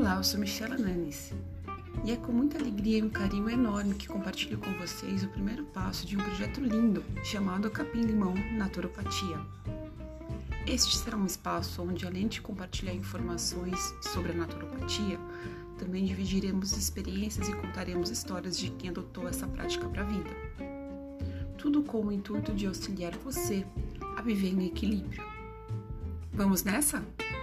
Olá, eu sou Michela Nanes e é com muita alegria e um carinho enorme que compartilho com vocês o primeiro passo de um projeto lindo chamado Capim-Limão Naturopatia. Este será um espaço onde, além de compartilhar informações sobre a naturopatia, também dividiremos experiências e contaremos histórias de quem adotou essa prática para a vida. Tudo com o intuito de auxiliar você a viver em equilíbrio. Vamos nessa?